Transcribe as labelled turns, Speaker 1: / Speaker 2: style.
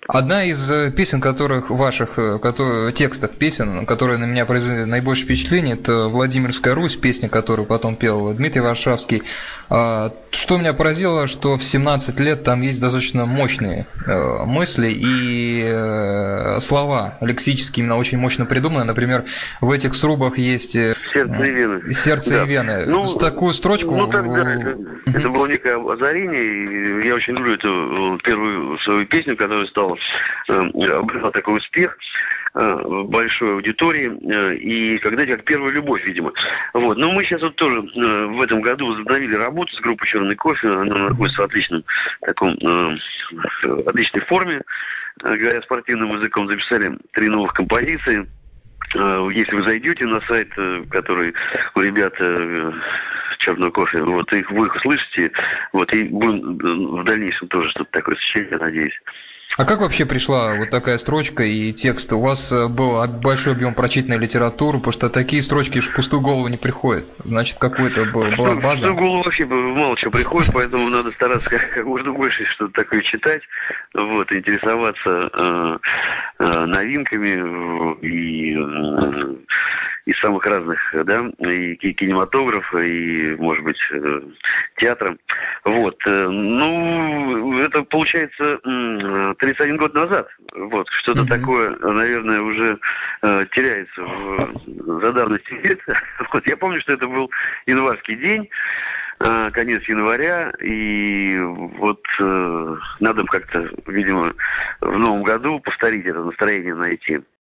Speaker 1: Одна из песен, текстов песен, которые на меня произвели наибольшее впечатление, это «Владимирская Русь», песня, которую потом пел Дмитрий Варшавский. Что меня поразило, что в 17 лет там есть достаточно мощные мысли и слова лексические именно очень мощно придуманы. Например, в этих срубах есть
Speaker 2: «Сердце и вены».
Speaker 1: «Сердце и вены». Такую строчку...
Speaker 2: Тогда это было некое озарение, и я очень люблю эту первую свою песню, которая обрела такой успех большой аудитории, и как первая любовь, видимо. Вот. Но мы сейчас вот тоже в этом году возобновили работу с группой «Черный кофе», она находится в отличной форме, говоря спортивным языком, записали 3 новых композиции. Если вы зайдете на сайт, который у ребят «Черного кофе», вы их услышите, и будем в дальнейшем тоже что-то такое сочинять, я надеюсь.
Speaker 1: А как вообще пришла вот такая строчка и текст? У вас был большой объем прочитанной литературы, потому что такие строчки в пустую голову не приходят. Значит, какой-то была база? В
Speaker 2: пустую голову вообще мало чего приходит, поэтому надо стараться как можно больше что-то такое читать, интересоваться новинками из самых разных, и кинематографа, и, может быть, театра. Это получается 31 год назад. Что-то такое, наверное, уже теряется за давностью лет. Я помню, что это был январский день, конец января, и надо как-то, видимо, в новом году повторить это настроение, найти.